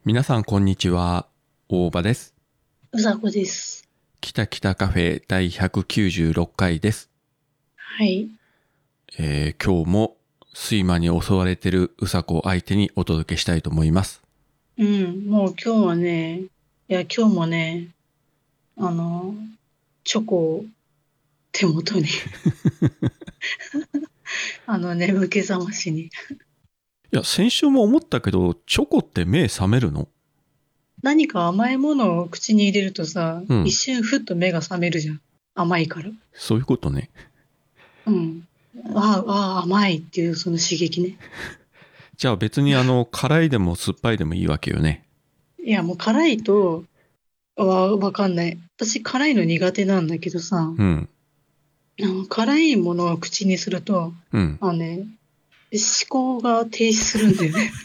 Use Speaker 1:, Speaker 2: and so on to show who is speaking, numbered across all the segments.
Speaker 1: 皆さんこんにちは、大場です。
Speaker 2: うさこです。
Speaker 1: きたきたカフェ第196回です。
Speaker 2: はい。
Speaker 1: 今日も睡魔に襲われてるうさこを相手にお届けしたいと思います。
Speaker 2: もう今日はね、今日もね、あの、チョコを手元に、眠気覚ましに。
Speaker 1: いや、先週も思ったけど、チョコって目覚めるの？
Speaker 2: 何か甘いものを口に入れるとさ、一
Speaker 1: うん、
Speaker 2: 瞬ふっと目が覚めるじゃん。甘いから。
Speaker 1: そういうことね。
Speaker 2: うん。甘いっていうその刺激ね。
Speaker 1: じゃあ別に辛いでも酸っぱいでもいいわけよね。
Speaker 2: いや、もう辛いと、わかんない。私辛いの苦手なんだけどさ、
Speaker 1: うん、
Speaker 2: 辛いものを口にすると、
Speaker 1: うん。
Speaker 2: あのね、思考が停止するんだよね。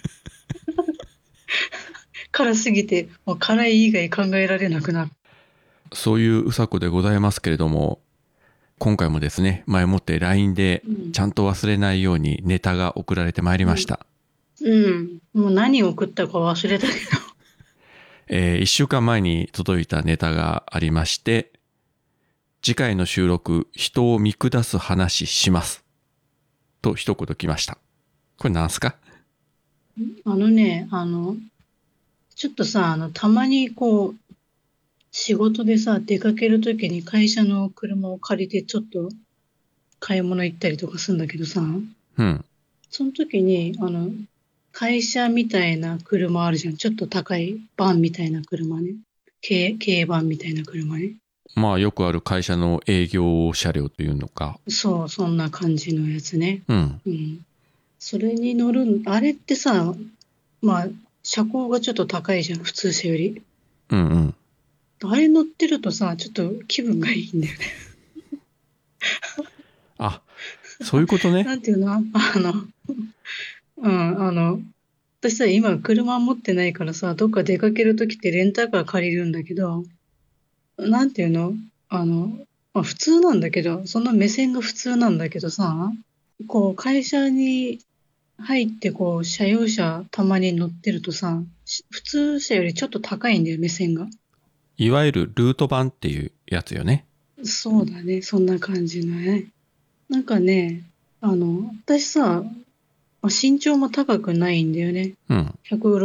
Speaker 2: 辛すぎて、もう辛い以外考えられなくなる。
Speaker 1: そういううさこでございますけれども、今回もですね、前もって LINE で
Speaker 2: うん。
Speaker 1: ちゃんと忘れないようにネタが送られてまいり
Speaker 2: うん。
Speaker 1: ました。
Speaker 2: うん。もう何を送ったか忘れたけど。
Speaker 1: 1週間前に届いたネタがありまして、次回の収録、人を見下す話します。と一言来ました。これなんすか？
Speaker 2: あのね、ちょっとさ、たまに仕事でさ、出かけるときに会社の車を借りてちょっと買い物行ったりとかするんだけどさ、
Speaker 1: うん。
Speaker 2: その時に、会社みたいな車あるじゃん。ちょっと高いバンみたいな車ね。軽バンみたいな車ね。
Speaker 1: まあよくある会社の営業車両というのか。
Speaker 2: そう、そんな感じのやつね。
Speaker 1: うん。
Speaker 2: うん。それに乗るあれってさ、まあ、車高がちょっと高いじゃん、普通車より。
Speaker 1: うんうん。
Speaker 2: あれ乗ってるとさ、ちょっと気分がいいんだよね。
Speaker 1: あ、そういうことね。
Speaker 2: なんていうのうん、私さ、今車持ってないからさ、どっか出かけるときってレンタカー借りるんだけど、なんていうのあの、普通なんだけど、その目線が普通なんだけどさ、会社に入って車用車たまに乗ってるとさ、普通車よりちょっと高いんだよ、目線が。
Speaker 1: いわゆるルート版っていうやつよね。
Speaker 2: そうだね、そんな感じのね。なんかね、私さ、身長も高くないんだよね。
Speaker 1: うん。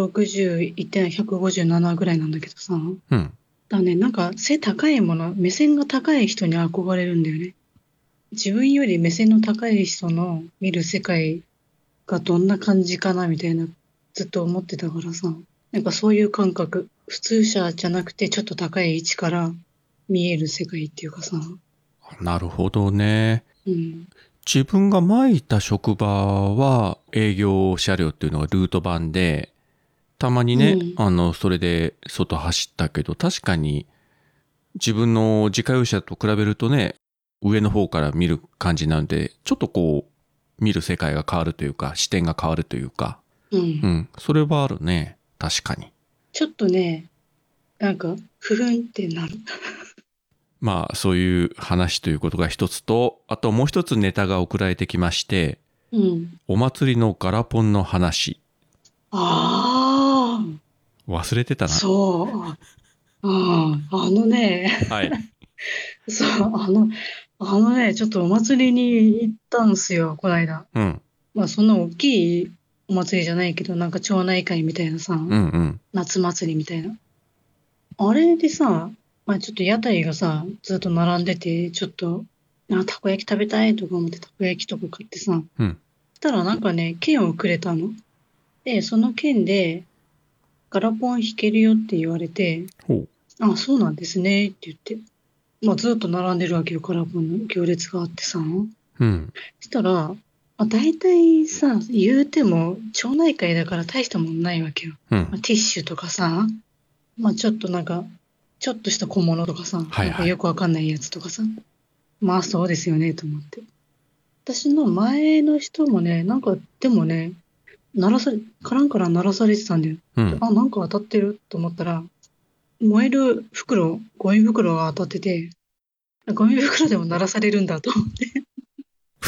Speaker 2: 160いってない157ぐらいなんだけどさ。
Speaker 1: うん。
Speaker 2: だね、なんか背高いもの、目線が高い人に憧れるんだよね。自分より目線の高い人の見る世界がどんな感じかなみたいな、ずっと思ってたからさ。なんかそういう感覚。普通車じゃなくてちょっと高い位置から見える世界っていうかさ。
Speaker 1: なるほどね。
Speaker 2: うん。
Speaker 1: 自分が前いた職場は営業車両っていうのがルート版で、たまにね、
Speaker 2: うん。
Speaker 1: それで外走ったけど、確かに自分の自家用車と比べるとね、上の方から見る感じなんで、ちょっと見る世界が変わるというか、視点が変わるというか、
Speaker 2: うん。
Speaker 1: うん、それはあるね。確かに。
Speaker 2: ちょっとね、なんか、ふふんってなる。
Speaker 1: まあ、そういう話ということが一つと、あともう一つネタが送られてきまして、
Speaker 2: うん。
Speaker 1: お祭りのガラポンの話。
Speaker 2: ああ、
Speaker 1: 忘れてたな。
Speaker 2: そう。あのね、
Speaker 1: はい。
Speaker 2: そう、ちょっとお祭りに行ったんすよ、この間。
Speaker 1: うん。
Speaker 2: まあ、そんな大きいお祭りじゃないけど、なんか町内会みたいなさ、
Speaker 1: うんうん。
Speaker 2: 夏祭りみたいな。あれでさ、まあちょっと屋台がさ、ずっと並んでて、ちょっと、たこ焼き食べたいとか思ってたこ焼きとか買ってさ、
Speaker 1: うん。
Speaker 2: そしたらなんかね、券をくれたの。で、その券で、ガラポン弾けるよって言われて、
Speaker 1: ほう。
Speaker 2: そうなんですねって言って、まあずっと並んでるわけよ、ガラポンの行列があってさ。
Speaker 1: うん。
Speaker 2: そしたら、大体さ、言うても、町内会だから大したもんないわけよ。
Speaker 1: うん。
Speaker 2: ティッシュとかさ、ちょっとなんか、ちょっとした小物とかさ、なんか
Speaker 1: はいはい。
Speaker 2: よくわかんないやつとかさ。まあそうですよね、と思って。私の前の人もね、なんか、でもね、カランカラン鳴らされてたんだよ。
Speaker 1: うん。
Speaker 2: なんか当たってると思ったら、燃える袋、ゴミ袋が当たってて、ゴミ袋でも鳴らされるんだと思って。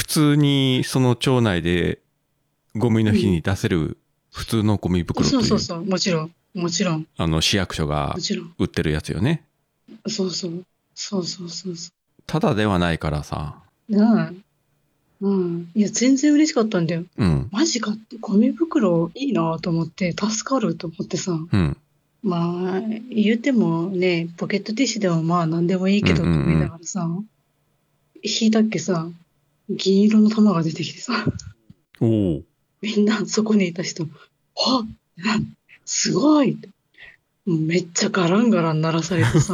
Speaker 1: 普通にその町内でゴミの
Speaker 2: うん。
Speaker 1: 日に出せる普通のゴミ袋という。
Speaker 2: そうそうそう、もちろん、もちろん、
Speaker 1: 市役所が
Speaker 2: もちろん。
Speaker 1: 売ってるやつよね。
Speaker 2: そうそう、そうそうそうそ
Speaker 1: ただではないからさ。
Speaker 2: う。なあ、うん。いや、全然嬉しかったんだよ。
Speaker 1: うん。
Speaker 2: マジかって、ゴミ袋いいなと思って、助かると思ってさ。
Speaker 1: うん。
Speaker 2: まあ、言うてもね、ポケットティッシュでもまあ何でもいいけどと思いながらさ、引いたっけさ、銀色の玉が出てきてさ、
Speaker 1: おお。
Speaker 2: みんなそこにいた人、はっ、すごいってもうめっちゃガランガラン鳴らされてさ、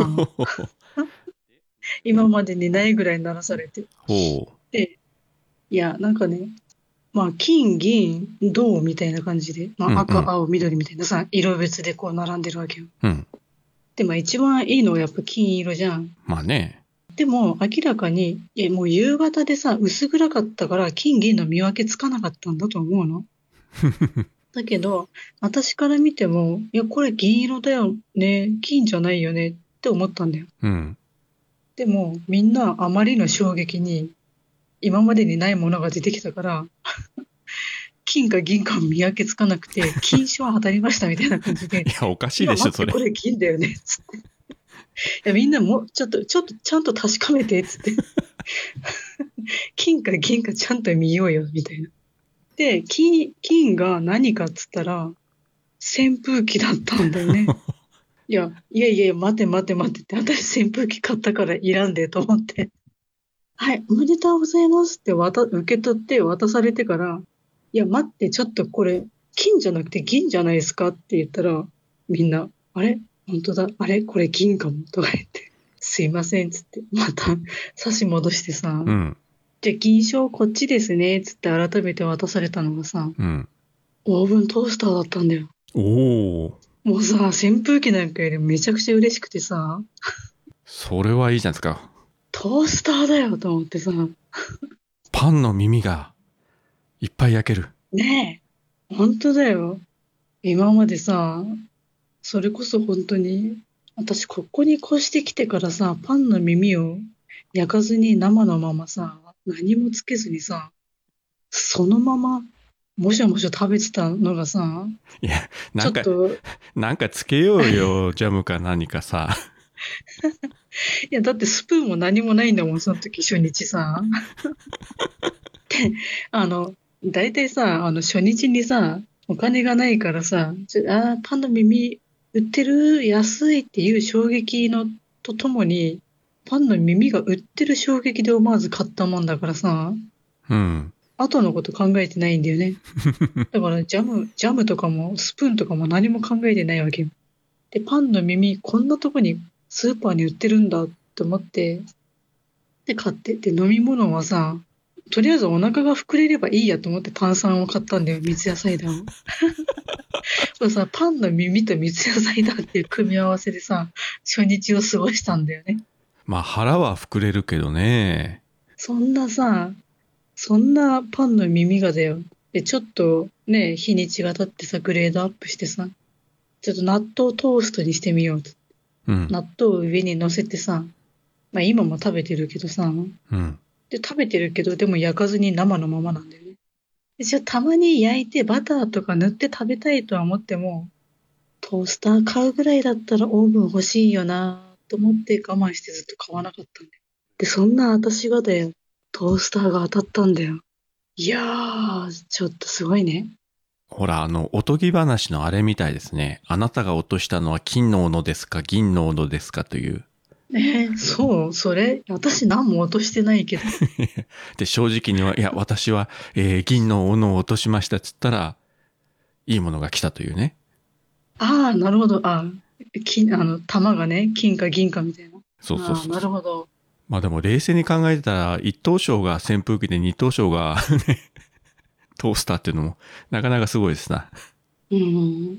Speaker 2: 今までにないぐらい鳴らされて。
Speaker 1: ほ
Speaker 2: で、いや、なんかね、まあ、金、銀、銅みたいな感じで、まあ、
Speaker 1: うんうん
Speaker 2: 赤、青、緑みたいなさ、色別でこう並んでるわけよ。
Speaker 1: う。うん。
Speaker 2: で、まあ一番いいのはやっぱ金色じゃん。
Speaker 1: まあね。
Speaker 2: でも明らかに、もう夕方でさ、薄暗かったから金、銀の見分けつかなかったんだと思うの。だけど、私から見ても、いや、これ銀色だよね、金じゃないよねって思ったんだよ。
Speaker 1: うん。
Speaker 2: でも、みんなあまりの衝撃に、今までにないものが出てきたから、金か銀か見分けつかなくて、金賞当たりましたみたいな感じで、
Speaker 1: いや、おかし
Speaker 2: いや、
Speaker 1: いでしょ、それ。
Speaker 2: 待って、これ銀だよね、つって。いや、みんなもう、ちょっと、ちゃんと確かめて、つって。金か銀かちゃんと見ようよ、みたいな。で、金が何かっつったら、扇風機だったんだよね。いや、待て待て待てって、私扇風機買ったからいらんでと思って。はい、おめでとうございますって受け取って渡されてから、いや、待って、ちょっとこれ、金じゃなくて銀じゃないですかって言ったら、みんな、あれ本当だ、あれこれ銀かもとか言って、すいませんっつって、また差し戻してさ、
Speaker 1: うん。
Speaker 2: じゃあ銀賞こっちですねっつって改めて渡されたのがさ、
Speaker 1: うん。
Speaker 2: オーブントースターだったんだよ。
Speaker 1: おお。
Speaker 2: もうさ、扇風機なんかよりめちゃくちゃ嬉しくてさ、
Speaker 1: それはいいじゃないですか。
Speaker 2: トースターだよと思ってさ、
Speaker 1: パンの耳がいっぱい焼ける。
Speaker 2: ねえ、本当だよ。今までさ、それこそ本当に、私ここに越してきてからさ、パンの耳を焼かずに生のままさ、何もつけずにさ、そのままもしゃもしゃ食べてたのがさ、
Speaker 1: いや、
Speaker 2: ちょっと、
Speaker 1: なんかつけようよ、ジャムか何かさ。
Speaker 2: いや、だってスプーンも何もないんだもん、その時初日さ。で、大体さ、初日にさ、お金がないからさ、パンの耳売ってる安いっていう衝撃のとともに、パンの耳が売ってる衝撃で思わず買ったもんだからさ、
Speaker 1: うん。
Speaker 2: 後のこと考えてないんだよね。だからジャムとかもスプーンとかも何も考えてないわけよ。で、パンの耳こんなとこにスーパーに売ってるんだって思って、で、買って、で、飲み物はさ、とりあえずお腹が膨れればいいやと思って炭酸を買ったんだよ、三ツ矢サイダーを。そうさ、パンの耳と三ツ矢サイダーっていう組み合わせでさ、初日を過ごしたんだよね。
Speaker 1: まあ腹は膨れるけどね。
Speaker 2: そんなさ、そんなパンの耳がだよ。で、ちょっとね、日にちが経ってさ、グレードアップしてさ、ちょっと納豆トーストにしてみようと。
Speaker 1: うん。
Speaker 2: 納豆を上に乗せてさ、まあ今も食べてるけどさ、
Speaker 1: うん。
Speaker 2: で、食べてるけど、でも焼かずに生のままなんだよね。でじゃあたまに焼いてバターとか塗って食べたいとは思っても、トースター買うぐらいだったらオーブン欲しいよなと思って我慢してずっと買わなかったんだよ。で、そんな私がだよ、トースターが当たったんだよ。いやー、ちょっとすごいね。
Speaker 1: ほら、おとぎ話のあれみたいですね。あなたが落としたのは金の斧ですか、銀の斧ですかという。
Speaker 2: そうそれ私何も落としてないけど。
Speaker 1: で、正直には、いや、私は、銀の斧を落としましたっつったら、いいものが来たというね。
Speaker 2: ああ、なるほど。玉がね、金か銀かみたいな。ああ、
Speaker 1: そうそうそう。
Speaker 2: なるほど。
Speaker 1: まあでも冷静に考えてたら、一等賞が扇風機で二等賞がね、トースターっていうのも、なかなかすごいですな。
Speaker 2: うん。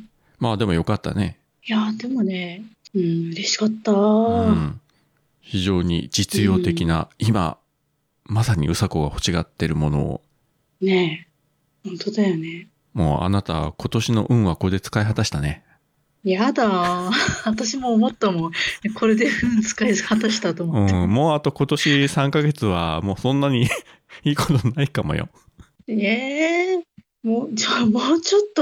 Speaker 1: まあでもよかったね。
Speaker 2: いや、でもね、嬉しかった。
Speaker 1: うん。非常に実用的な、今、まさにうさこが欲しがってるものを、
Speaker 2: ねえ、本当だよね。
Speaker 1: もうあなた今年の運はこれで使い果たしたね。
Speaker 2: やだー。私も思ったもん。これで運使い果たしたと思って。
Speaker 1: うん、もうあと今年3ヶ月はもうそんなにいいことないかもよ。
Speaker 2: ええもうちょっとの、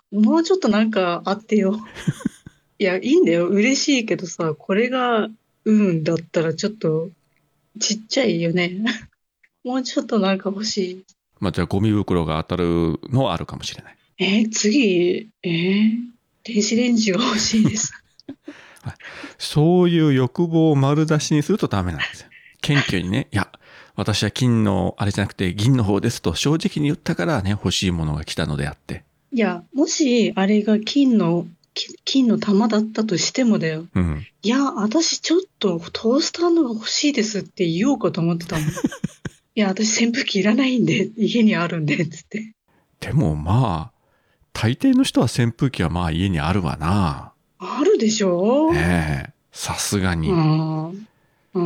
Speaker 2: もうちょっとなんかあってよ。いや、いいんだよ。嬉しいけどさ、これが、だったらちょっとちっちゃいよね。もうちょっとなんか欲しい。
Speaker 1: まあじゃあゴミ袋が当たるのはあるかもしれない。
Speaker 2: 次、電子レンジが欲しいです。
Speaker 1: そういう欲望を丸出しにするとダメなんですよ。謙虚にね、いや、私は金のあれじゃなくて銀の方ですと正直に言ったからね、欲しいものが来たのであって。
Speaker 2: いや、もし、あれが金の玉だったとしてもだよ。
Speaker 1: うん。
Speaker 2: いや、私ちょっとトースターのが欲しいですって言おうかと思ってたもん。いや、私扇風機いらないんで、家にあるんで、つって。
Speaker 1: でもまあ、大抵の人は扇風機はまあ家にあるわな。
Speaker 2: あるでしょ？
Speaker 1: ねえ、さすが
Speaker 2: う
Speaker 1: に。
Speaker 2: ん。うん。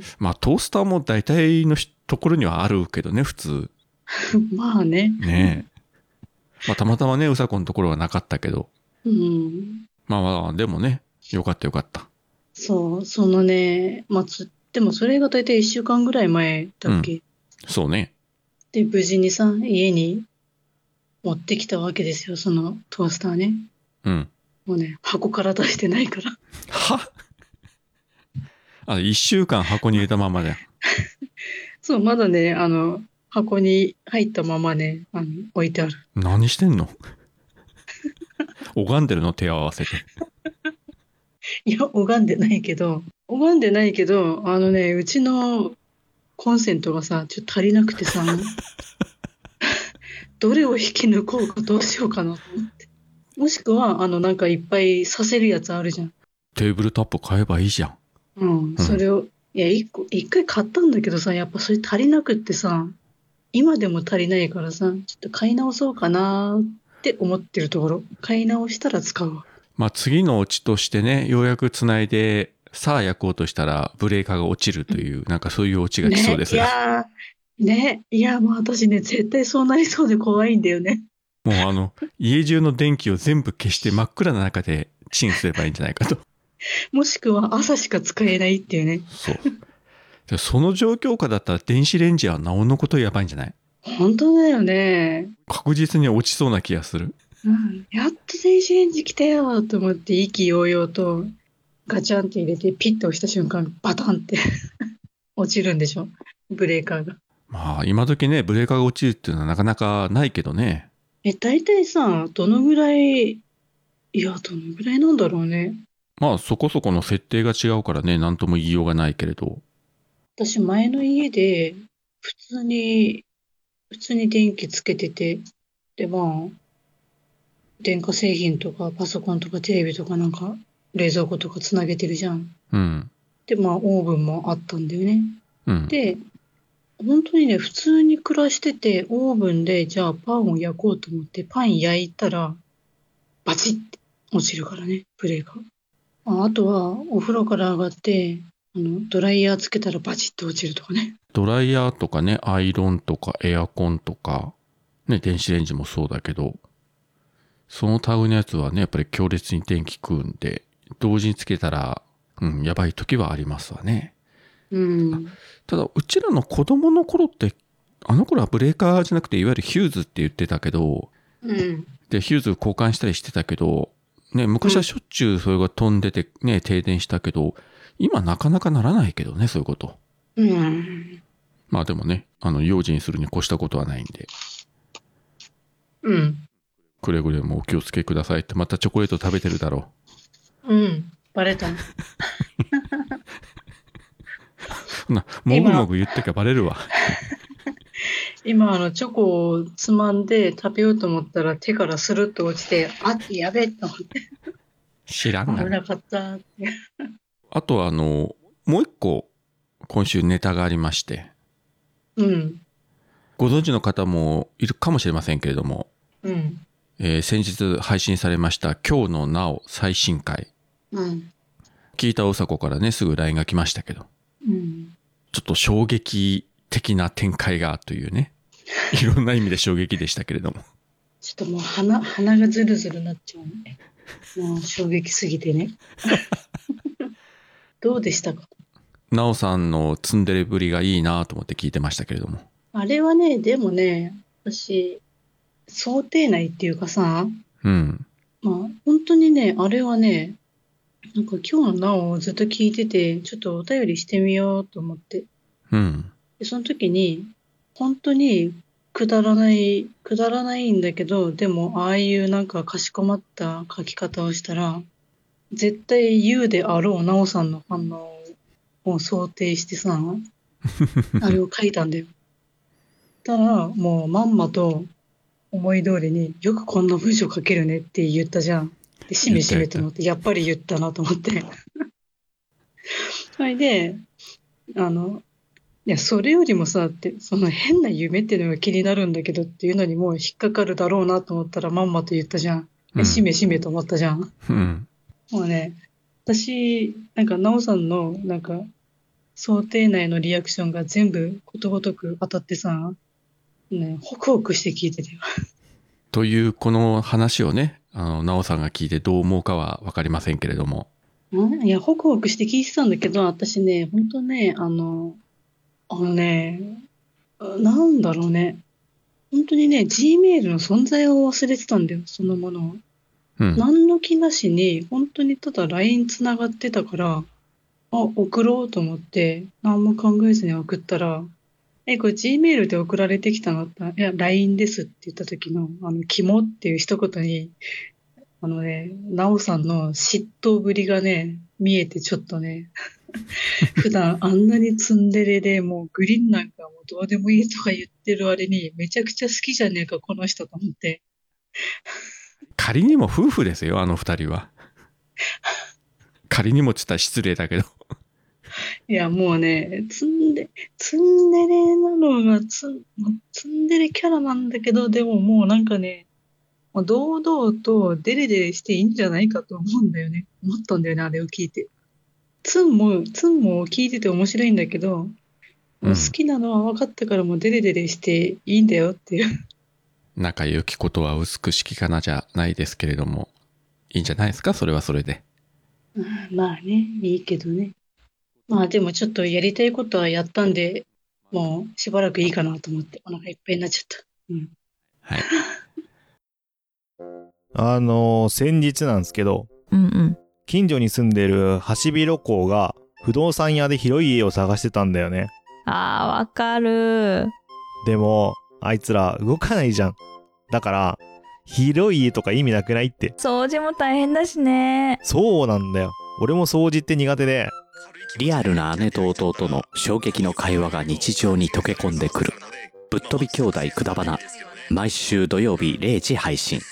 Speaker 1: まあトースターも大体のところにはあるけどね、普通。
Speaker 2: まあね。
Speaker 1: ねえ。まあたまたまね、うさこのところはなかったけど。
Speaker 2: うん。
Speaker 1: まあまあ、でもね、よかったよかった。
Speaker 2: そう、そのね、でもそれが大体1週間ぐらい前だ
Speaker 1: うん。
Speaker 2: っけ？
Speaker 1: そうね。
Speaker 2: で、無事にさ、家に持ってきたわけですよ、そのトースターね。
Speaker 1: うん。
Speaker 2: もうね、箱から出してないから。
Speaker 1: は一週間箱に入れたままだよ。
Speaker 2: そう、まだね、箱に入ったままね、置いてある。
Speaker 1: 何してんの？拝んでるの？手を合わせて。
Speaker 2: いや、拝んでないけど、うちのコンセントがさ、ちょっと足りなくてさ、どれを引き抜こうかどうしようかなと思って。もしくは、なんかいっぱいさせるやつあるじゃん。
Speaker 1: テーブルタップ買えばいいじゃん。
Speaker 2: うん、
Speaker 1: うん。
Speaker 2: それを、いや、一回買ったんだけどさ、やっぱそれ足りなくってさ、今でも足りないからさ、ちょっと買い直そうかなって思ってるところ。買い直したら使うわ。
Speaker 1: まあ次のオチとしてね、ようやく繋いで、さあ焼こうとしたらブレーカーが落ちるという、なんかそういうオチが来そう
Speaker 2: ね、
Speaker 1: ですが。
Speaker 2: いや、もう私ね、絶対そうなりそうで怖いんだよね。
Speaker 1: もう家中の電気を全部消して真っ暗な中でチンすればいいんじゃないかと。
Speaker 2: もしくは朝しか使えないっていうね。
Speaker 1: そう。でその状況下だったら電子レンジはなおのことやばいんじゃない？
Speaker 2: 本当だよね。
Speaker 1: 確実に落ちそうな気がする。
Speaker 2: うん、やっと電子レンジ来たよと思って意気揚々とガチャンって入れてピッと押した瞬間バタンって落ちるんでしょ？ブレーカーが。
Speaker 1: まあ今時ね、ブレーカーが落ちるっていうのはなかなかないけどね。
Speaker 2: 大体さ、どのぐらい、どのぐらいなんだろうね。
Speaker 1: まあそこそこの設定が違うからね、なんとも言いようがないけれど。
Speaker 2: 私前の家で普通に、普通に電気つけてて、で電化製品とかパソコンとかテレビとかなんか冷蔵庫とかつなげてるじゃん。
Speaker 1: うん。
Speaker 2: で、オーブンもあったんだよね。
Speaker 1: うん。
Speaker 2: で、本当にね、普通に暮らしてて、オーブンで、じゃあパンを焼こうと思って、パン焼いたら、バチッて落ちるからね、ブレーカー。あとは、お風呂から上がって、ドライヤーつけたらバチッと落ちるとかね。
Speaker 1: ドライヤーとかね、アイロンとかエアコンとか、ね、電子レンジもそうだけど、その類のやつはね、やっぱり強烈に電気食うんで、同時につけたら、やばい時はありますわね。
Speaker 2: うん。
Speaker 1: ただ、うちらの子供の頃って、あの頃はブレーカーじゃなくて、いわゆるヒューズって言ってたけど、
Speaker 2: うん。
Speaker 1: で、ヒューズ交換したりしてたけど、ね、
Speaker 2: うん。
Speaker 1: 昔はしょっちゅうそれが飛んでて、ね、停電したけど、今なかなかならないけどね、そういうこと。
Speaker 2: うん。
Speaker 1: まあでもね、用心するに越したことはないんで、
Speaker 2: うん。
Speaker 1: くれぐれもお気をつけくださいって、またチョコレート食べてるだろ
Speaker 2: うん。バレたの。
Speaker 1: う。もぐも
Speaker 2: 今、
Speaker 1: ぐ言ってかバレるわ。
Speaker 2: チョコをつまんで食べようと思ったら手からスルッと落ちて、やべえと思って、
Speaker 1: 知らんがな。
Speaker 2: 危なかったって。
Speaker 1: あとはもう一個、今週ネタがありまして、
Speaker 2: うん。
Speaker 1: ご存知の方もいるかもしれませんけれども、
Speaker 2: うん。
Speaker 1: 先日配信されました今日のなお最新回。
Speaker 2: うん。
Speaker 1: 聞いたうさこからね、すぐ LINE が来ましたけど、
Speaker 2: うん。
Speaker 1: ちょっと衝撃的な展開がというね、いろんな意味で衝撃でしたけれども。
Speaker 2: ちょっともう鼻がズルズルなっちゃうね。もう衝撃すぎてね。どうでしたか？
Speaker 1: なおさんのツンデレぶりがいいなと思って聞いてましたけれども。
Speaker 2: あれはね、でもね、私、想定内っていうかさ、
Speaker 1: うん。
Speaker 2: まあ、本当にね、あれはね、なんか今日のなおをずっと聞いてて、ちょっとお便りしてみようと思って。
Speaker 1: うん。
Speaker 2: で、その時に、本当にくだらないんだけど、でも、ああいうなんかかしこまった書き方をしたら、絶対言うであろうなおさんの反応を想定してさ、あれを書いたんだよ。たら、もうまんまと思い通りによくこんな文章書けるねって言ったじゃん。で、し
Speaker 1: 言
Speaker 2: め
Speaker 1: った言った。
Speaker 2: しめと思って、やっぱり言ったなと思って。それで、あの、いや、それよりもさ、って、その変な夢っていうのが気になるんだけどっていうのにもう引っかかるだろうなと思ったらまんまと言ったじゃん。え、し
Speaker 1: うん。
Speaker 2: めしめと思ったじゃん。
Speaker 1: うん。
Speaker 2: もうね、私、なんか、なおさんの、なんか、想定内のリアクションが全部ことごとく当たってさ、ね、ホクホクして聞いてたよ。
Speaker 1: というこの話をね、なおさんが聞いてどう思うかはわかりませんけれども。
Speaker 2: いや、ホクホクして聞いてたんだけど、私ね、ほんとね、ね、なんだろうね。本当にね、Gmail の存在を忘れてたんだよ、そのものを。
Speaker 1: うん。
Speaker 2: 何の気なしに、本当にただ LINE つながってたから、送ろうと思って、何も考えずに送ったら、これ Gmail で送られてきたのって、いや、LINE ですって言った時の、キモっていう一言に、なおさんの嫉妬ぶりがね、見えてちょっとね、普段あんなにツンデレでもうグリーンなんかもうどうでもいいとか言ってる割にめちゃくちゃ好きじゃねえか、この人と思って。
Speaker 1: 仮にも夫婦ですよ、あの二人は。仮にもって言ったら失礼だけど。
Speaker 2: いや、もうね、ツンデレなのがツンデレキャラなんだけど、でももうなんかね、もう堂々とデレデレしていいんじゃないかと思うんだよね。思ったんだよね、あれを聞いて。ツンも聞いてて面白いんだけど、もう好
Speaker 1: うん。
Speaker 2: きなのは分かったからもうデレデレしていいんだよっていう。
Speaker 1: 仲良きことは美しきかなじゃないですけれども、いいんじゃないですか、それはそれで。
Speaker 2: まあね、いいけどね。まあでもちょっとやりたいことはやったんで、もうしばらくいいかなと思ってお腹いっぱいになっちゃった。うん。
Speaker 1: はい。
Speaker 3: 先日なんですけど、
Speaker 4: うんうん。
Speaker 3: 近所に住んでるハシビロコウが不動産屋で広い家を探してたんだよね。
Speaker 4: あー、わかる。
Speaker 3: でも、あいつら動かないじゃん。だから、広い家とか意味なくないって。
Speaker 4: 掃除も大変だしね。
Speaker 3: そうなんだよ。俺も掃除って苦手で。
Speaker 5: リアルな姉と弟の衝撃の会話が日常に溶け込んでくる。ぶっ飛び兄弟くだばな。毎週土曜日0時配信。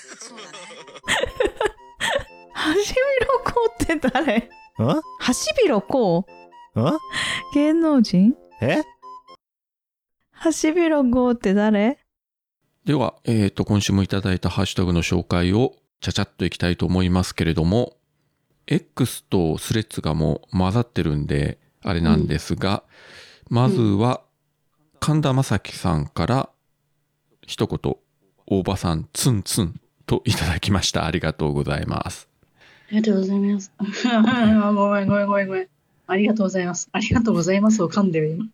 Speaker 4: ハシビロコウって誰？
Speaker 3: ん
Speaker 4: ハシビロコウ？
Speaker 3: ん
Speaker 4: 芸能人？
Speaker 3: え
Speaker 4: ハシビロコウって誰？
Speaker 1: では、今週もいただいたハッシュタグの紹介をちゃちゃっといきたいと思いますけれども、X とスレッズがもう混ざってるんで、あれなんですが、まずは、神田正輝さんから一言、大場さんツンツンといただきました。ありがとうございます。
Speaker 2: ありがとうございます。ごめんごめんごめんごめん。ありがとうございます。ありがとうございますを噛んでる今。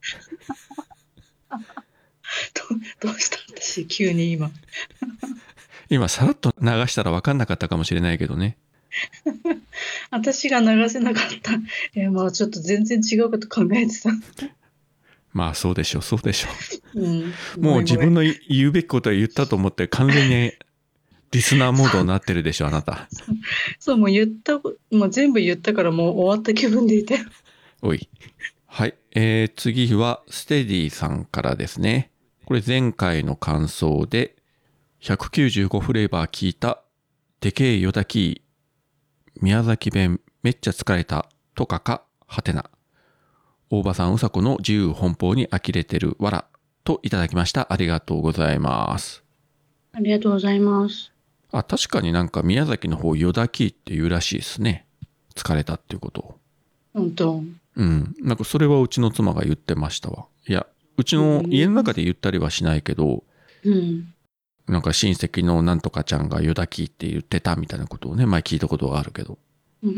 Speaker 2: どうした私、急に今。
Speaker 1: 今、さらっと流したら分かんなかったかもしれないけどね。
Speaker 2: 私が流せなかった。まあちょっと全然違うこと考えてた。
Speaker 1: まあ、そうでしょう、そうでしょ
Speaker 2: うん。
Speaker 1: う。もう自分の言うべきことは言ったと思って完全にリスナーモードになってるでしょ、あなた。
Speaker 2: そう、もう全部言ったからもう終わった気分でいたよ。
Speaker 1: おい。はい。次は、ステディさんからですね。これ前回の感想で、195フレーバー聞いた、でけえよだき、宮崎弁めっちゃ疲れた、とかか、はてな。大場さんうさこの自由奔放に呆れてるわら、といただきました。ありがとうございます。
Speaker 2: ありがとうございます。
Speaker 1: あ、確かになんか宮崎の方よだきって言うらしいですね。疲れたっていうことを。
Speaker 2: 本当。
Speaker 1: うん。なんかそれはうちの妻が言ってましたわ。いや、うちの家の中で言ったりはしないけど、
Speaker 2: うん。
Speaker 1: なんか親戚のなんとかちゃんがよだきって言ってたみたいなことをね、前聞いたことがあるけど。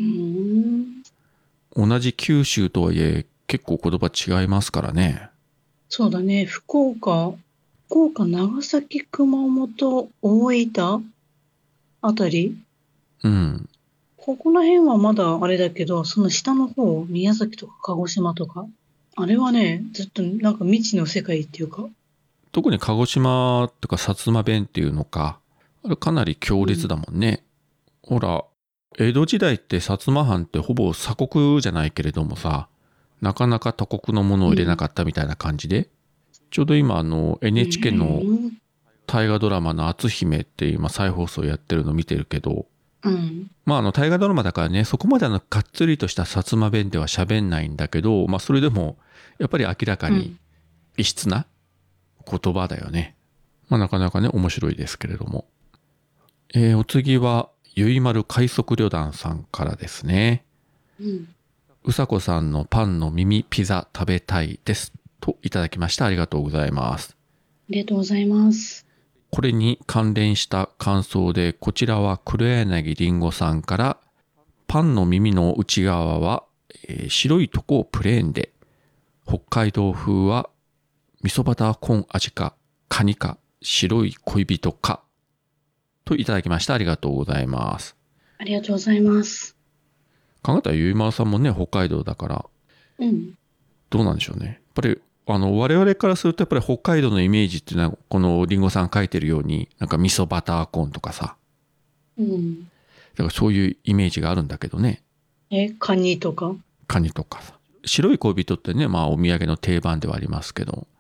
Speaker 1: 同じ九州とはいえ結構言葉違いますからね。
Speaker 2: そうだね。福岡、長崎、熊本、大分あたり、
Speaker 1: うん。
Speaker 2: ここら辺はまだあれだけど、その下の方、宮崎とか鹿児島とか、あれはね、ずっとなんか未知の世界っていうか、
Speaker 1: 特に鹿児島とか薩摩弁っていうのか、あれかなり強烈だもんね。ほら、江戸時代って薩摩藩ってほぼ鎖国じゃないけれどもさ、なかなか他国のものを入れなかったみたいな感じで、ちょうど今NHK の大河ドラマの篤姫って今再放送やってるの見てるけど、
Speaker 2: うん、
Speaker 1: まあ大河ドラマだからね、そこまでがっつりとした薩摩弁では喋んないんだけど、まあそれでもやっぱり明らかに異質な言葉だよね。まあなかなかね面白いですけれども。お次はゆいまる快速旅団さんからですね。
Speaker 2: うん。
Speaker 1: うさこさんのパンの耳ピザ食べたいですといただきました。ありがとうございます。
Speaker 2: ありがとうございます。
Speaker 1: これに関連した感想で、こちらは黒柳りんごさんから、パンの耳の内側は、白いとこをプレーンで、北海道風は味噌バターコーン味か、カニか、白い恋人か、といただきました。ありがとうございます。
Speaker 2: ありがとうございます。
Speaker 1: 考えたらゆいまるさんもね、北海道だから、
Speaker 2: うん。
Speaker 1: どうなんでしょうね。やっぱり、我々からするとやっぱり北海道のイメージっていうのは、このりんごさん書いてるように、なんか味噌バターコーンとかさ、
Speaker 2: うん。
Speaker 1: だからそういうイメージがあるんだけどね。
Speaker 2: カニとか。
Speaker 1: カニとかさ。白い恋人ってね、まあお土産の定番ではありますけど。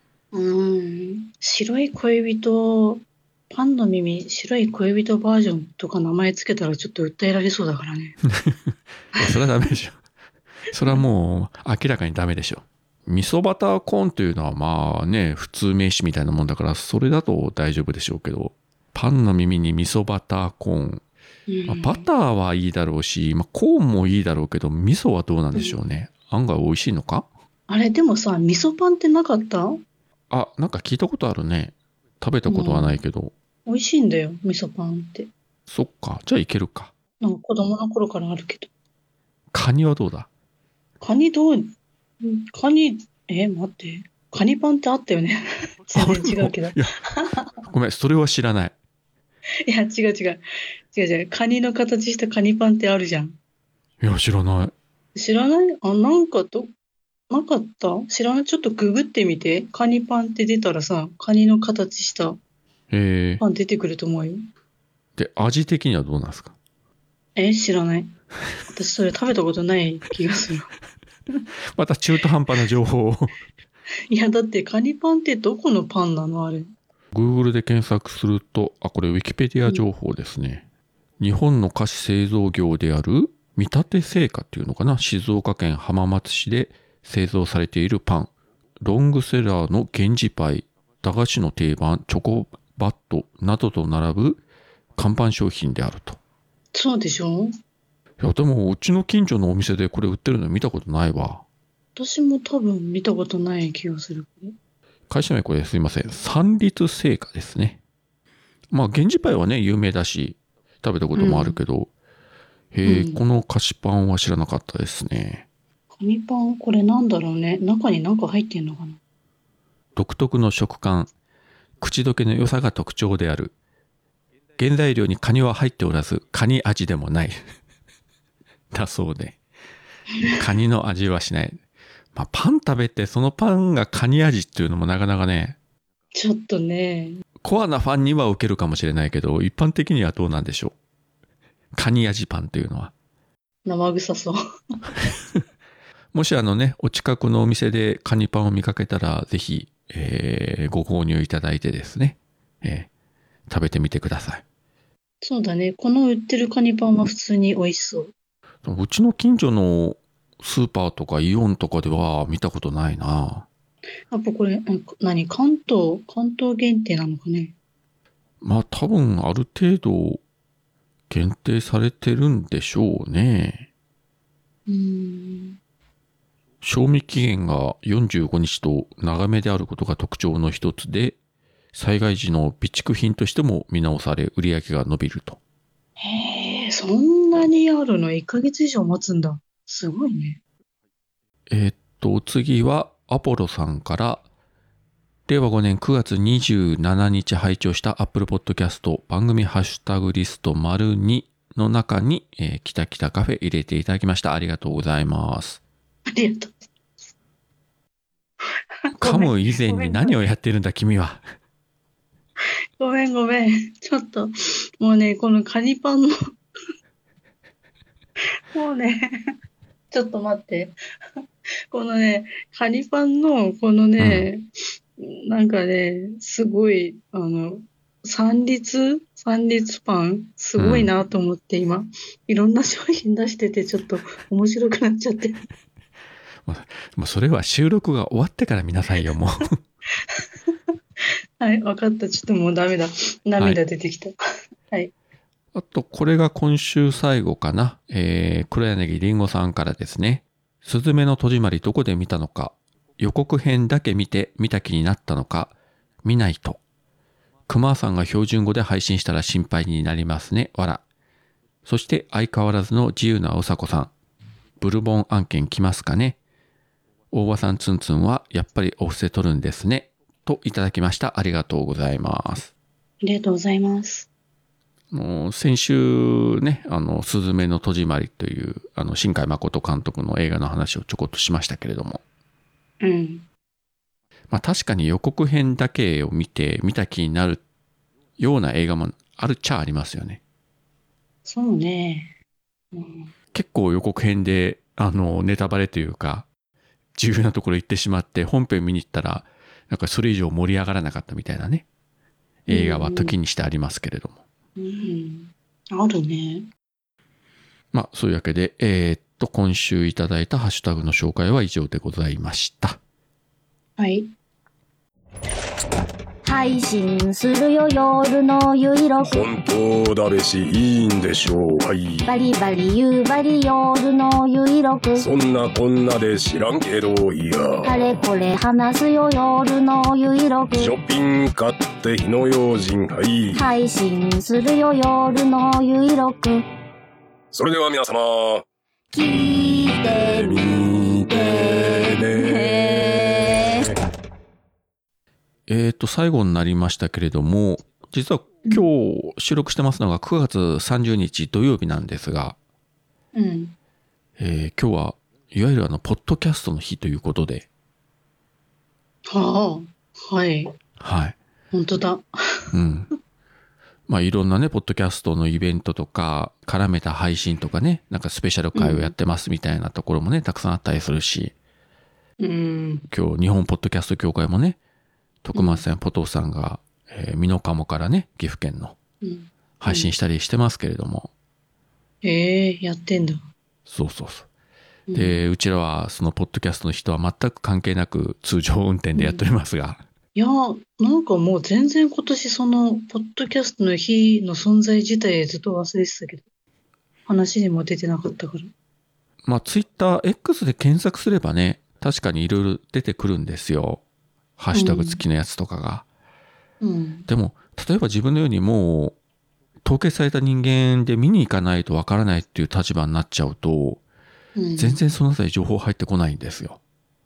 Speaker 2: 白い恋人、パンの耳、白い恋人バージョンとか名前つけたらちょっと訴えられそうだからね。
Speaker 1: いや、それはダメでしょ。それはもう明らかにダメでしょ。味噌バターコーンというのはまあね、普通名詞みたいなもんだから、それだと大丈夫でしょうけど、パンの耳に味噌バターコーン。まあ、バターはいいだろうし、まあ、コーンもいいだろうけど、味噌はどうなんでしょうね。案外美味しいのか？
Speaker 2: あれ、でもさ、味噌パンってなかった？
Speaker 1: あ、なんか聞いたことあるね。食べたことはないけど。
Speaker 2: 美味しいんだよ、味噌パンって。
Speaker 1: そっか。じゃあいけるか。
Speaker 2: なんか子供の頃からあるけど。
Speaker 1: カニはどうだ？
Speaker 2: カニどう、カニ、待って。カニパンってあったよね。全然違うけど。
Speaker 1: いや、ごめん、それは知らない。
Speaker 2: いや、違う違う。違う違う。カニの形したカニパンってあるじゃん。
Speaker 1: いや、知らない。
Speaker 2: 知らない？なんかなかった？知らない？ちょっとググってみて。カニパンって出たらさ、カニの形したパン出てくると思うよ。
Speaker 1: で、味的にはどうなんですか？
Speaker 2: 知らない。私それ食べたことない気がする。
Speaker 1: また中途半端な情報を。
Speaker 2: いや、だってカニパンってどこのパンなのあれ。
Speaker 1: Google で検索すると、これ Wikipedia 情報ですね。日本の菓子製造業である見立て製菓っていうのかな、静岡県浜松市で製造されているパン。ロングセラーの源氏パイ、駄菓子の定番、チョコバットなどと並ぶ看板商品であると。
Speaker 2: そうでしょ？
Speaker 1: いや、でもうちの近所のお店でこれ売ってるの見たことないわ。
Speaker 2: 私も多分見たことない気がする。
Speaker 1: 会社名これすいません。三立製菓ですね。まあ、源氏パイはね、有名だし、食べたこともあるけど、この菓子パンは知らなかったですね。
Speaker 2: カニパン、これなんだろうね。中に何か入ってんのかな。
Speaker 1: 独特の食感、口どけの良さが特徴である。原材料にカニは入っておらず、カニ味でもない。だそうで。カニの味はしない。まあ、パン食べてそのパンがカニ味っていうのもなかなかね、
Speaker 2: ちょっとね。
Speaker 1: コアなファンには受けるかもしれないけど、一般的にはどうなんでしょう。カニ味パンというのは。
Speaker 2: 生臭そう。
Speaker 1: もしお近くのお店でカニパンを見かけたら、ぜひ、ご購入いただいてですね、食べてみてください。
Speaker 2: そうだね。この売ってるカニパンは普通に美味しそう。
Speaker 1: うちの近所のスーパーとかイオンとかでは見たことないな。
Speaker 2: やっぱこれ、関東限定なのかね。
Speaker 1: まあ多分ある程度限定されてるんでしょうね。賞味期限が45日と長めであることが特徴の一つで、災害時の備蓄品としても見直され、売り上げが伸びると。
Speaker 2: へえ、そんなにあるの？ 1 ヶ月以上待つんだ。すごいね。
Speaker 1: 次はアポロさんから、 令和5年9月27日拝聴した Apple Podcast 番組ハッシュタグリスト ② の中に、キタキタカフェ入れていただきました。ありがとうございます。
Speaker 2: ありがとう。
Speaker 1: 噛む以前に何をやってるんだ君は。
Speaker 2: ごめん。ちょっと、もうね、このカニパンのもうね、ちょっと待って。このね、カニパンの、このね、なんかね、すごい、三立パン、すごいなと思って今、いろんな商品出してて、ちょっと面白くなっちゃって。
Speaker 1: もうそれは収録が終わってから見なさいよ、もう。
Speaker 2: はい、わかった。ちょっともうダメだ。涙出てきた。はい。
Speaker 1: あと、これが今週最後かな。黒柳りんごさんからですね。すずめの戸締まりどこで見たのか。予告編だけ見て見た気になったのか。見ないと。熊さんが標準語で配信したら心配になりますね。わら。そして相変わらずの自由なうさこさん。ブルボン案件来ますかね。大場さんツンツンはやっぱりお布施取るんですね。といただきました。ありがとうございます。
Speaker 2: ありがとうございます。
Speaker 1: 先週ね、すずめの戸締まりという、新海誠監督の映画の話をちょこっとしましたけれども。
Speaker 2: うん。
Speaker 1: まあ確かに予告編だけを見た気になるような映画もあるっちゃありますよね。
Speaker 2: そうね。
Speaker 1: 結構予告編で、ネタバレというか、重要なところ行ってしまって、本編見に行ったら、なんかそれ以上盛り上がらなかったみたいなね。映画は時にしてありますけれども。
Speaker 2: あるね。
Speaker 1: まあ、そういうわけで、今週いただいたハッシュタグの紹介は以上でございました。
Speaker 2: はい。
Speaker 6: 配信するよ夜のゆいろく
Speaker 7: 本当だべしいいんでしょうはい
Speaker 6: バリバリ夕張夜のゆいろく
Speaker 7: そんなこんなで知らんけどいや
Speaker 6: あれこれ話すよ夜のゆいろく
Speaker 7: ショッピング買って火の用心はい
Speaker 6: 配信するよ夜のゆいろく
Speaker 7: それでは皆様
Speaker 6: 聞いてみてね
Speaker 1: 最後になりましたけれども、実は今日収録してますのが9月30日土曜日なんですが、今日はいわゆるポッドキャストの日ということで。
Speaker 2: はい。
Speaker 1: はい。
Speaker 2: 本当だ。
Speaker 1: まあいろんなね、ポッドキャストのイベントとか、絡めた配信とかね、なんかスペシャル会をやってますみたいなところもね、たくさんあったりするし、今日日本ポッドキャスト協会もね、徳松さん、ポトフさんが、美濃加茂からね、岐阜県の配信したりしてますけれども。
Speaker 2: やってんだ。
Speaker 1: そう。で、うちらはそのポッドキャストの人は全く関係なく通常運転でやっておりますが。
Speaker 2: いや、なんかもう全然今年その、ポッドキャストの日の存在自体ずっと忘れてたけど、話にも出てなかったから。
Speaker 1: まあ、ツイッター X で検索すればね、確かにいろいろ出てくるんですよ。ハッシュタグ付きのやつとかが。でも、例えば自分のようにもう、統計された人間で見に行かないとわからないっていう立場になっちゃうと、全然そのあたり情報入ってこないんですよ。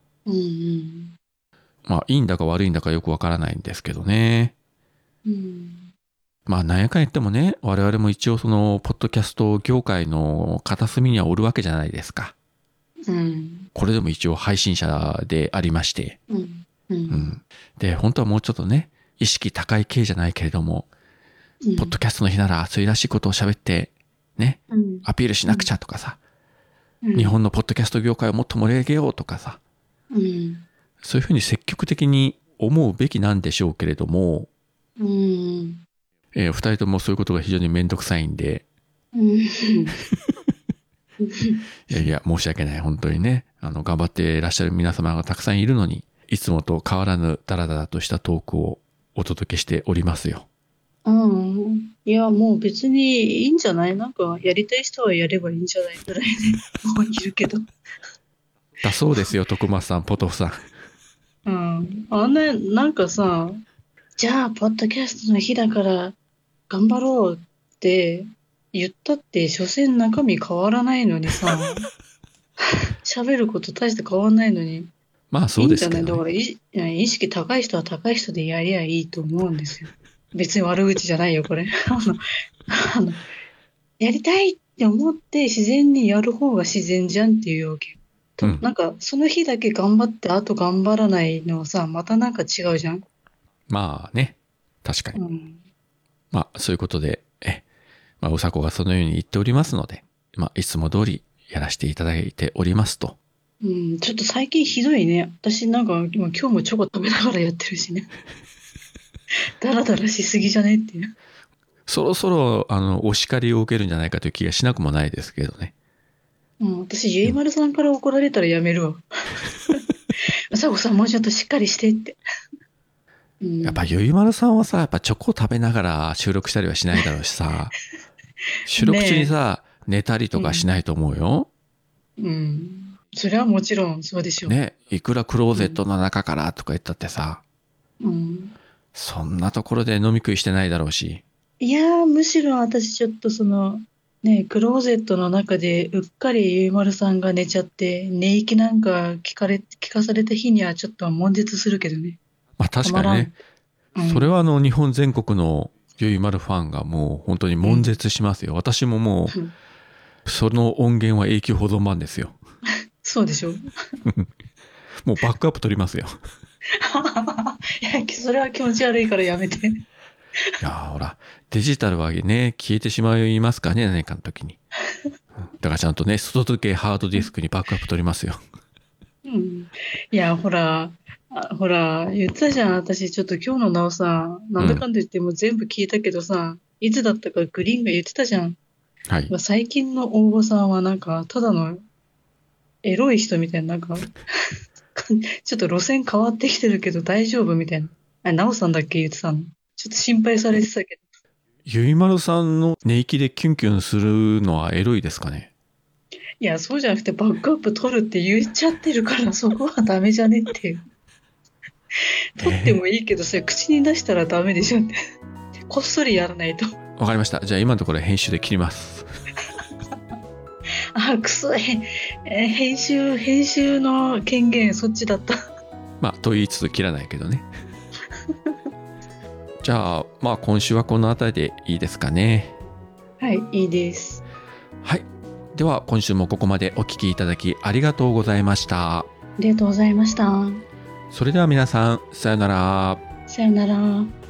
Speaker 1: まあ、いいんだか悪いんだかよくわからないんですけどね。まあ、なんやかん言ってもね、我々も一応その、ポッドキャスト業界の片隅にはおるわけじゃないですか。これでも一応配信者でありまして。で、本当はもうちょっとね、意識高い系じゃないけれども、ポッドキャストの日なら熱いらしいことを喋って、ね、アピールしなくちゃとかさ、日本のポッドキャスト業界をもっと盛り上げようとかさ、そういうふうに積極的に思うべきなんでしょうけれども、二人ともそういうことが非常にめんどくさいんで、いや、申し訳ない。本当にね、頑張っていらっしゃる皆様がたくさんいるのに、いつもと変わらぬダラダラとしたトークをお届けしておりますよ。
Speaker 2: いや、もう別にいいんじゃない？なんか、やりたい人はやればいいんじゃないぐらいで思いるけど。
Speaker 1: だそうですよ、徳松さん、ポトフさん。
Speaker 2: なんかさ、じゃあ、ポッドキャストの日だから頑張ろうって言ったって、所詮中身変わらないのにさ、喋ること大して変わんないのに。
Speaker 1: まあそうですけ
Speaker 2: いいんじゃ
Speaker 1: ど、ね。
Speaker 2: ないだから意識高い人は高い人でやりゃいいと思うんですよ。別に悪口じゃないよ、これ。あのやりたいって思って自然にやる方が自然じゃんっていうわけ。
Speaker 1: うん
Speaker 2: なんか、その日だけ頑張って、あと頑張らないのはさ、またなんか違うじゃん。
Speaker 1: まあね、確かに。
Speaker 2: うん。
Speaker 1: まあそういうことで、まあうさこがそのように言っておりますので、まあいつも通りやらせていただいておりますと。
Speaker 2: うん、ちょっと最近ひどいね。私なんか今日もチョコ食べながらやってるしね。ダラダラしすぎじゃねっていう。
Speaker 1: そろそろ、お叱りを受けるんじゃないかという気がしなくもないですけどね。
Speaker 2: 私、ゆいまるさんから怒られたらやめるわ。うさこさんもうちょっとしっかりしてって。
Speaker 1: やっぱゆいまるさんはさ、やっぱチョコ食べながら収録したりはしないだろうしさ、収録中にさ、寝たりとかしないと思うよ。
Speaker 2: それはもちろんそうでしょう。
Speaker 1: ね、いくらクローゼットの中からとか言ったってさ、そんなところで飲み食いしてないだろうし。
Speaker 2: いやー、むしろ私ちょっとクローゼットの中でうっかりゆいまるさんが寝ちゃって、寝息なんか聞かされた日にはちょっと悶絶するけどね。
Speaker 1: まあ確かにね。それは日本全国のゆいまるファンがもう本当に悶絶しますよ。私ももう、その音源は永久保存版ですよ。
Speaker 2: そうでしょ
Speaker 1: もうバックアップ取りますよ。
Speaker 2: いや、それは気持ち悪いからやめて。
Speaker 1: いやほら、デジタルはね、消えてしまいますからね、何かの時に。だからちゃんとね、外付けハードディスクにバックアップ取りますよ。
Speaker 2: いや、ほら、言ってたじゃん。私、ちょっと今日のなおさ、なんだかんだ言っても全部聞いたけどさ、いつだったかグリーンが言ってたじゃん。
Speaker 1: はい。
Speaker 2: 最近の大御さんはなんか、ただのエロい人みたいな、なんか、ちょっと路線変わってきてるけど大丈夫みたいな。あれ、なおさんだっけ言ってたの。ちょっと心配されてたけど。
Speaker 1: ゆいまるさんの寝息でキュンキュンするのはエロいですかね。
Speaker 2: いや、そうじゃなくてバックアップ取るって言っちゃってるから、そこはダメじゃねっていう。取ってもいいけどさ、口に出したらダメでしょって。こっそりやらないと。
Speaker 1: わかりました。じゃあ今のところ編集で切ります。
Speaker 2: くそ、編集の権限そっちだった。
Speaker 1: まあ、と言いつつ切らないけどね。じゃあ、まあ今週はこの辺りでいいですかね。
Speaker 2: はい、いいです。
Speaker 1: はい。では今週もここまでお聞きいただきありがとうございました。
Speaker 2: ありがとうございました。
Speaker 1: それでは皆さん、さよなら。
Speaker 2: さよなら。